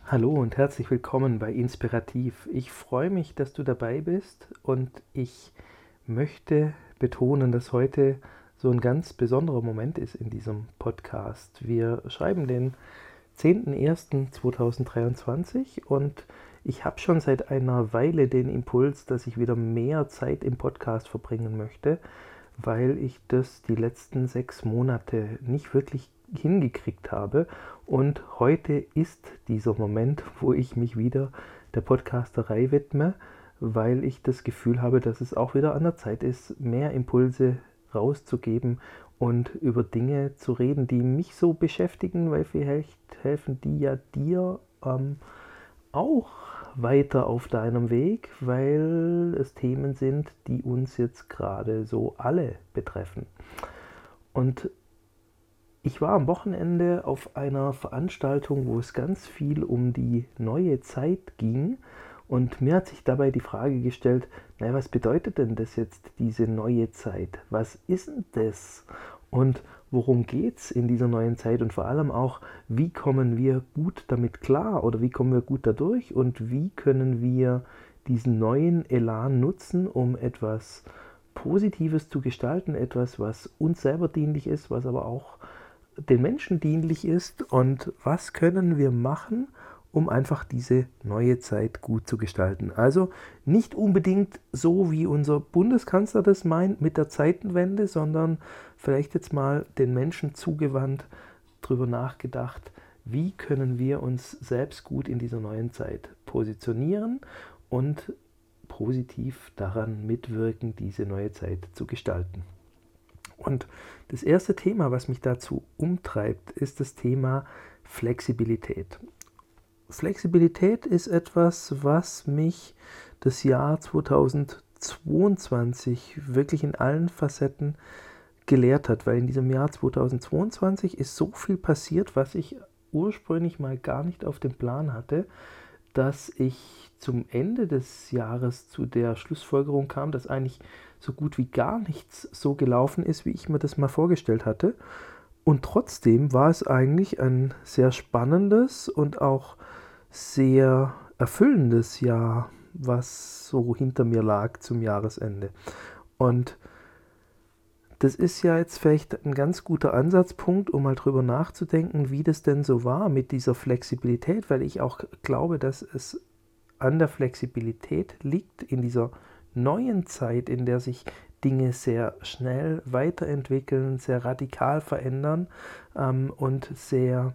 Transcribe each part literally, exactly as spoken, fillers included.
Hallo und herzlich willkommen bei Inspirativ. Ich freue mich, dass du dabei bist und ich möchte betonen, dass heute so ein ganz besonderer Moment ist in diesem Podcast. Wir schreiben den zehnten ersten zweitausenddreiundzwanzig und ich habe schon seit einer Weile den Impuls, dass ich wieder mehr Zeit im Podcast verbringen möchte, weil ich das die letzten sechs Monate nicht wirklich hingekriegt habe. Und heute ist dieser Moment, wo ich mich wieder der Podcasterei widme, weil ich das Gefühl habe, dass es auch wieder an der Zeit ist, mehr Impulse rauszugeben und über Dinge zu reden, die mich so beschäftigen, weil vielleicht helfen die ja dir ähm, auch weiter auf deinem Weg, weil es Themen sind, die uns jetzt gerade so alle betreffen. Und ich war am Wochenende auf einer Veranstaltung, wo es ganz viel um die neue Zeit ging und mir hat sich dabei die Frage gestellt, naja, was bedeutet denn das jetzt, diese neue Zeit? Was ist denn das? Und worum geht es in dieser neuen Zeit? Und vor allem auch, wie kommen wir gut damit klar oder wie kommen wir gut dadurch? Und wie können wir diesen neuen Elan nutzen, um etwas Positives zu gestalten, etwas, was uns selber dienlich ist, was aber auch den Menschen dienlich ist und was können wir machen, um einfach diese neue Zeit gut zu gestalten. Also nicht unbedingt so, wie unser Bundeskanzler das meint mit der Zeitenwende, sondern vielleicht jetzt mal den Menschen zugewandt, darüber nachgedacht, wie können wir uns selbst gut in dieser neuen Zeit positionieren und positiv daran mitwirken, diese neue Zeit zu gestalten. Und das erste Thema, was mich dazu umtreibt, ist das Thema Flexibilität. Flexibilität ist etwas, was mich das Jahr zweitausendzweiundzwanzig wirklich in allen Facetten gelehrt hat, weil in diesem Jahr zweitausendzweiundzwanzig ist so viel passiert, was ich ursprünglich mal gar nicht auf dem Plan hatte, dass ich zum Ende des Jahres zu der Schlussfolgerung kam, dass eigentlich so gut wie gar nichts so gelaufen ist, wie ich mir das mal vorgestellt hatte. Und trotzdem war es eigentlich ein sehr spannendes und auch sehr erfüllendes Jahr, was so hinter mir lag zum Jahresende. Und das ist ja jetzt vielleicht ein ganz guter Ansatzpunkt, um mal drüber nachzudenken, wie das denn so war mit dieser Flexibilität, weil ich auch glaube, dass es an der Flexibilität liegt in dieser neuen Zeit, in der sich Dinge sehr schnell weiterentwickeln, sehr radikal verändern ähm, und sehr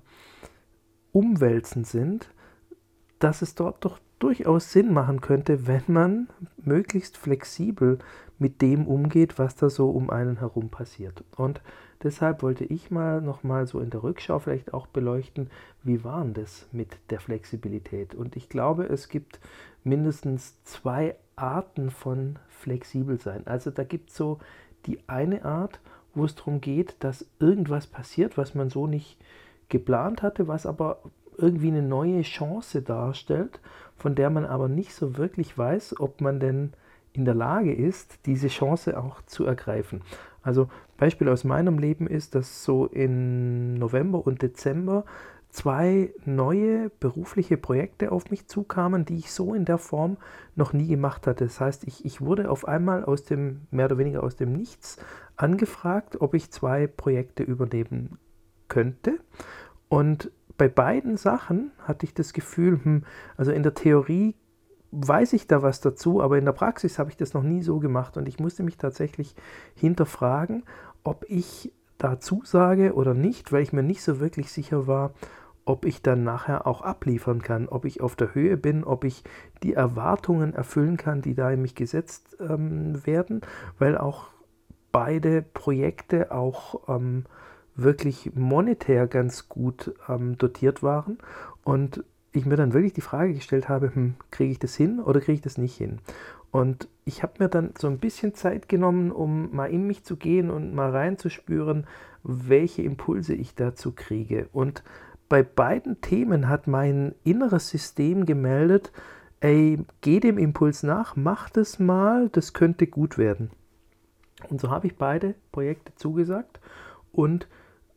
umwälzend sind, dass es dort doch durchaus Sinn machen könnte, wenn man möglichst flexibel mit dem umgeht, was da so um einen herum passiert. Und deshalb wollte ich mal nochmal so in der Rückschau vielleicht auch beleuchten, wie war denn das mit der Flexibilität? Und ich glaube, es gibt mindestens zwei Arten von flexibel sein. Also da gibt es so die eine Art, wo es darum geht, dass irgendwas passiert, was man so nicht geplant hatte, was aber irgendwie eine neue Chance darstellt, von der man aber nicht so wirklich weiß, ob man denn in der Lage ist, diese Chance auch zu ergreifen. Also Beispiel aus meinem Leben ist, dass so im November und Dezember zwei neue berufliche Projekte auf mich zukamen, die ich so in der Form noch nie gemacht hatte. Das heißt, ich, ich wurde auf einmal aus dem, mehr oder weniger aus dem Nichts angefragt, ob ich zwei Projekte übernehmen könnte. Und bei beiden Sachen hatte ich das Gefühl, hm, also in der Theorie weiß ich da was dazu, aber in der Praxis habe ich das noch nie so gemacht und ich musste mich tatsächlich hinterfragen, ob ich da zusage oder nicht, weil ich mir nicht so wirklich sicher war, ob ich dann nachher auch abliefern kann, ob ich auf der Höhe bin, ob ich die Erwartungen erfüllen kann, die da in mich gesetzt ähm, werden, weil auch beide Projekte auch ähm, wirklich monetär ganz gut ähm, dotiert waren und ich mir dann wirklich die Frage gestellt habe, hm, kriege ich das hin oder kriege ich das nicht hin? Und ich habe mir dann so ein bisschen Zeit genommen, um mal in mich zu gehen und mal reinzuspüren, welche Impulse ich dazu kriege. Und bei beiden Themen hat mein inneres System gemeldet, ey, geh dem Impuls nach, mach das mal, das könnte gut werden. Und so habe ich beide Projekte zugesagt und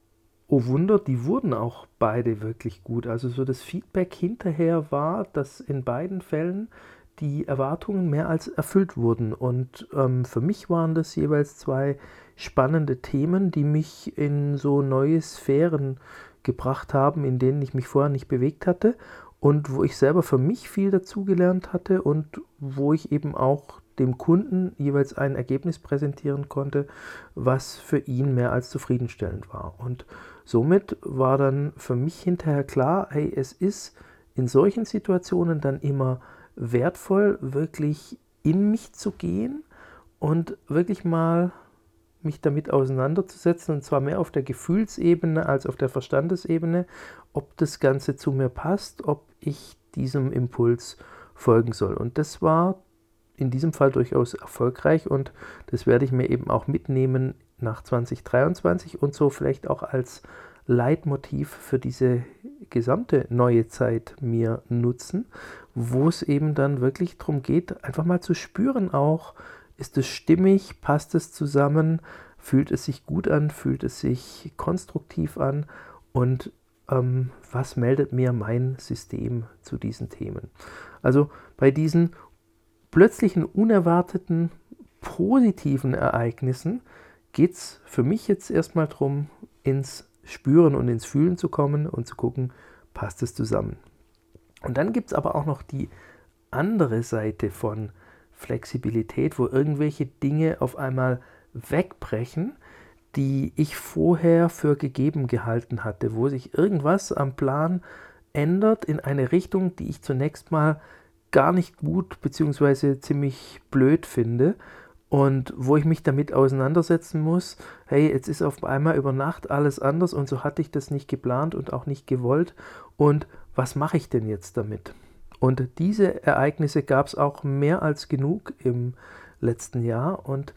oh Wunder, die wurden auch beide wirklich gut. Also so das Feedback hinterher war, dass in beiden Fällen die Erwartungen mehr als erfüllt wurden. Und ähm, für mich waren das jeweils zwei spannende Themen, die mich in so neue Sphären gebracht haben, in denen ich mich vorher nicht bewegt hatte und wo ich selber für mich viel dazugelernt hatte und wo ich eben auch dem Kunden jeweils ein Ergebnis präsentieren konnte, was für ihn mehr als zufriedenstellend war. Und somit war dann für mich hinterher klar, hey, es ist in solchen Situationen dann immer wertvoll, wirklich in mich zu gehen und wirklich mal mich damit auseinanderzusetzen, und zwar mehr auf der Gefühlsebene als auf der Verstandesebene, ob das Ganze zu mir passt, ob ich diesem Impuls folgen soll. Und das war in diesem Fall durchaus erfolgreich und das werde ich mir eben auch mitnehmen nach zwanzig dreiundzwanzig und so vielleicht auch als Leitmotiv für diese gesamte neue Zeit mir nutzen, wo es eben dann wirklich darum geht, einfach mal zu spüren auch, ist es stimmig, passt es zusammen, fühlt es sich gut an, fühlt es sich konstruktiv an und ähm, was meldet mir mein System zu diesen Themen. Also bei diesen plötzlichen, unerwarteten, positiven Ereignissen geht es für mich jetzt erstmal darum, ins Spüren und ins Fühlen zu kommen und zu gucken, passt es zusammen. Und dann gibt es aber auch noch die andere Seite von Flexibilität, wo irgendwelche Dinge auf einmal wegbrechen, die ich vorher für gegeben gehalten hatte, wo sich irgendwas am Plan ändert in eine Richtung, die ich zunächst mal gar nicht gut bzw. ziemlich blöd finde und wo ich mich damit auseinandersetzen muss, hey, jetzt ist auf einmal über Nacht alles anders und so hatte ich das nicht geplant und auch nicht gewollt und was mache ich denn jetzt damit? Und diese Ereignisse gab es auch mehr als genug im letzten Jahr und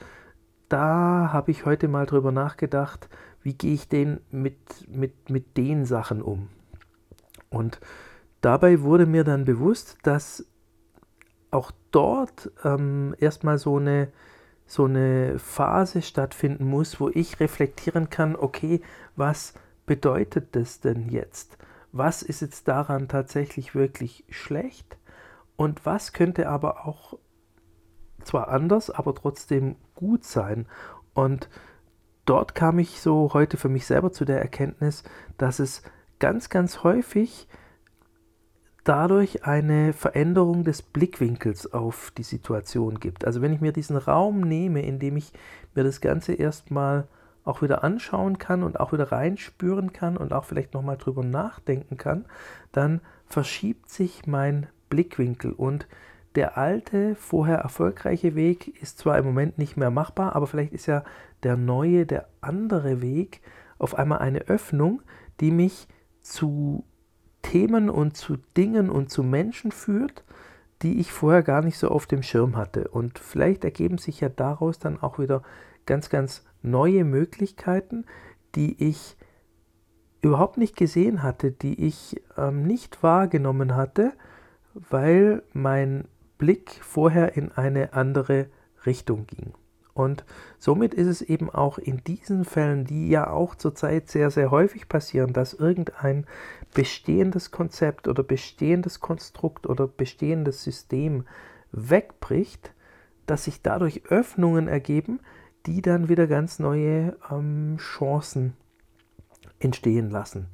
da habe ich heute mal drüber nachgedacht, wie gehe ich denn mit, mit, mit den Sachen um? Und dabei wurde mir dann bewusst, dass auch dort ähm, erstmal so eine, so eine Phase stattfinden muss, wo ich reflektieren kann, okay, was bedeutet das denn jetzt? Was ist jetzt daran tatsächlich wirklich schlecht? Und was könnte aber auch zwar anders, aber trotzdem gut sein? Und dort kam ich so heute für mich selber zu der Erkenntnis, dass es ganz, ganz häufig dadurch eine Veränderung des Blickwinkels auf die Situation gibt. Also wenn ich mir diesen Raum nehme, in dem ich mir das Ganze erstmal auch wieder anschauen kann und auch wieder reinspüren kann und auch vielleicht nochmal drüber nachdenken kann, dann verschiebt sich mein Blickwinkel und der alte, vorher erfolgreiche Weg ist zwar im Moment nicht mehr machbar, aber vielleicht ist ja der neue, der andere Weg auf einmal eine Öffnung, die mich zu Themen und zu Dingen und zu Menschen führt, die ich vorher gar nicht so auf dem Schirm hatte. Und vielleicht ergeben sich ja daraus dann auch wieder ganz, ganz neue Möglichkeiten, die ich überhaupt nicht gesehen hatte, die ich ähm, nicht wahrgenommen hatte, weil mein Blick vorher in eine andere Richtung ging. Und somit ist es eben auch in diesen Fällen, die ja auch zurzeit sehr, sehr häufig passieren, dass irgendein bestehendes Konzept oder bestehendes Konstrukt oder bestehendes System wegbricht, dass sich dadurch Öffnungen ergeben, die dann wieder ganz neue ähm, Chancen entstehen lassen.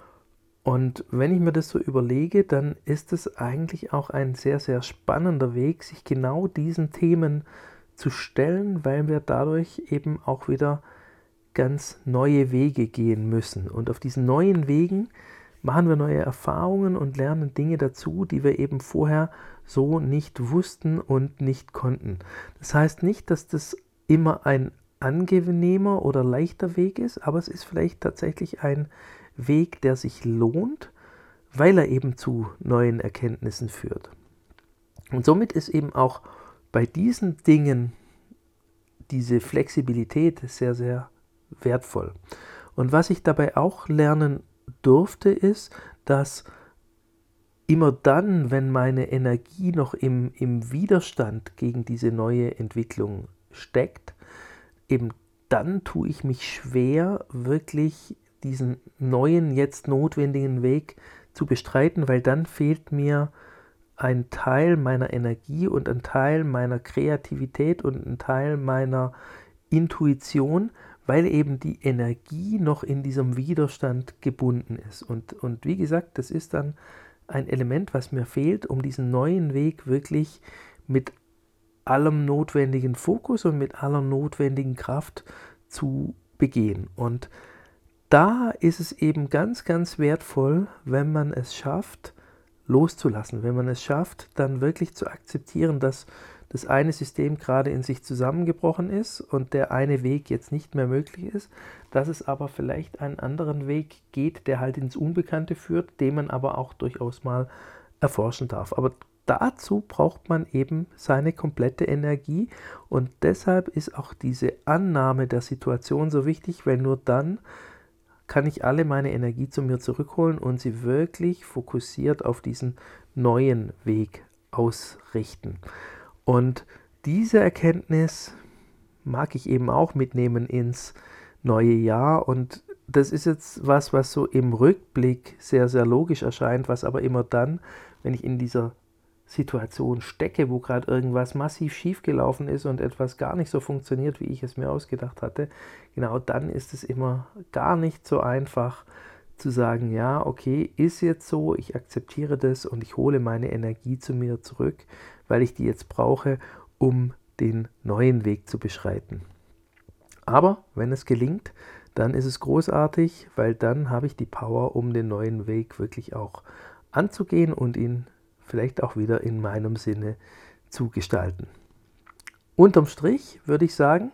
Und wenn ich mir das so überlege, dann ist es eigentlich auch ein sehr, sehr spannender Weg, sich genau diesen Themen zu stellen, weil wir dadurch eben auch wieder ganz neue Wege gehen müssen. Und auf diesen neuen Wegen machen wir neue Erfahrungen und lernen Dinge dazu, die wir eben vorher so nicht wussten und nicht konnten. Das heißt nicht, dass das immer ein angenehmer oder leichter Weg ist, aber es ist vielleicht tatsächlich ein Weg, der sich lohnt, weil er eben zu neuen Erkenntnissen führt. Und somit ist eben auch bei diesen Dingen diese Flexibilität sehr, sehr wertvoll. Und was ich dabei auch lernen durfte, ist, dass immer dann, wenn meine Energie noch im, im Widerstand gegen diese neue Entwicklung steckt, eben dann tue ich mich schwer, wirklich diesen neuen, jetzt notwendigen Weg zu bestreiten, weil dann fehlt mir ein Teil meiner Energie und ein Teil meiner Kreativität und ein Teil meiner Intuition, weil eben die Energie noch in diesem Widerstand gebunden ist. Und, und wie gesagt, das ist dann ein Element, was mir fehlt, um diesen neuen Weg wirklich mit allem notwendigen Fokus und mit aller notwendigen Kraft zu begehen. Und da ist es eben ganz, ganz wertvoll, wenn man es schafft, loszulassen, wenn man es schafft, dann wirklich zu akzeptieren, dass das eine System gerade in sich zusammengebrochen ist und der eine Weg jetzt nicht mehr möglich ist, dass es aber vielleicht einen anderen Weg geht, der halt ins Unbekannte führt, den man aber auch durchaus mal erforschen darf. Aber dazu braucht man eben seine komplette Energie und deshalb ist auch diese Annahme der Situation so wichtig, weil nur dann kann ich alle meine Energie zu mir zurückholen und sie wirklich fokussiert auf diesen neuen Weg ausrichten. Und diese Erkenntnis mag ich eben auch mitnehmen ins neue Jahr und das ist jetzt was, was so im Rückblick sehr, sehr logisch erscheint, was aber immer dann, wenn ich in dieser Situation stecke, wo gerade irgendwas massiv schiefgelaufen ist und etwas gar nicht so funktioniert, wie ich es mir ausgedacht hatte, genau dann ist es immer gar nicht so einfach zu sagen, ja, okay, ist jetzt so, ich akzeptiere das und ich hole meine Energie zu mir zurück, weil ich die jetzt brauche, um den neuen Weg zu beschreiten. Aber wenn es gelingt, dann ist es großartig, weil dann habe ich die Power, um den neuen Weg wirklich auch anzugehen und ihn vielleicht auch wieder in meinem Sinne zu gestalten. Unterm Strich würde ich sagen,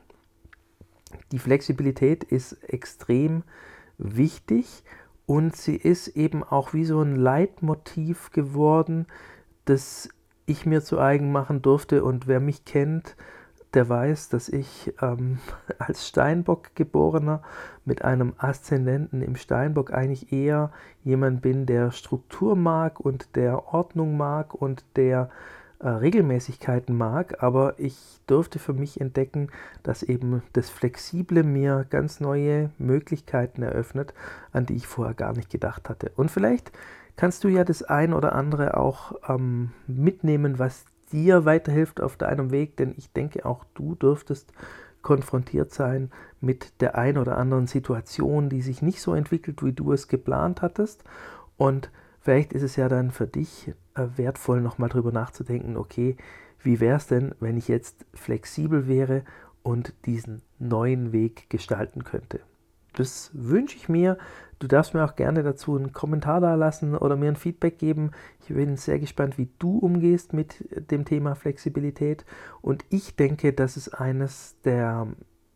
die Flexibilität ist extrem wichtig und sie ist eben auch wie so ein Leitmotiv geworden, das ich mir zu eigen machen durfte. Und wer mich kennt, der weiß, dass ich ähm, als Steinbock-Geborener mit einem Aszendenten im Steinbock eigentlich eher jemand bin, der Struktur mag und der Ordnung mag und der äh, Regelmäßigkeiten mag. Aber ich durfte für mich entdecken, dass eben das Flexible mir ganz neue Möglichkeiten eröffnet, an die ich vorher gar nicht gedacht hatte. Und vielleicht kannst du ja das ein oder andere auch ähm, mitnehmen, was dir weiterhilft auf deinem Weg, denn ich denke, auch du dürftest konfrontiert sein mit der ein oder anderen Situation, die sich nicht so entwickelt, wie du es geplant hattest. Und vielleicht ist es ja dann für dich äh, wertvoll, nochmal drüber nachzudenken, okay, wie wäre es denn, wenn ich jetzt flexibel wäre und diesen neuen Weg gestalten könnte? Das wünsche ich mir. Du darfst mir auch gerne dazu einen Kommentar da lassen oder mir ein Feedback geben. Ich bin sehr gespannt, wie du umgehst mit dem Thema Flexibilität. Und ich denke, dass es eines der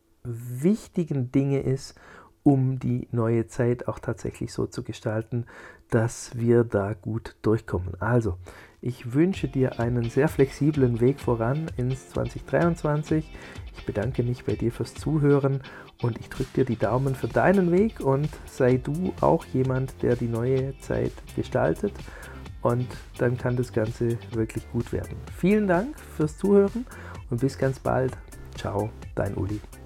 wichtigen Dinge ist, um die neue Zeit auch tatsächlich so zu gestalten, dass wir da gut durchkommen. Also, ich wünsche dir einen sehr flexiblen Weg voran ins zwanzig dreiundzwanzig. Ich bedanke mich bei dir fürs Zuhören und ich drücke dir die Daumen für deinen Weg und sei du auch jemand, der die neue Zeit gestaltet und dann kann das Ganze wirklich gut werden. Vielen Dank fürs Zuhören und bis ganz bald. Ciao, dein Uli.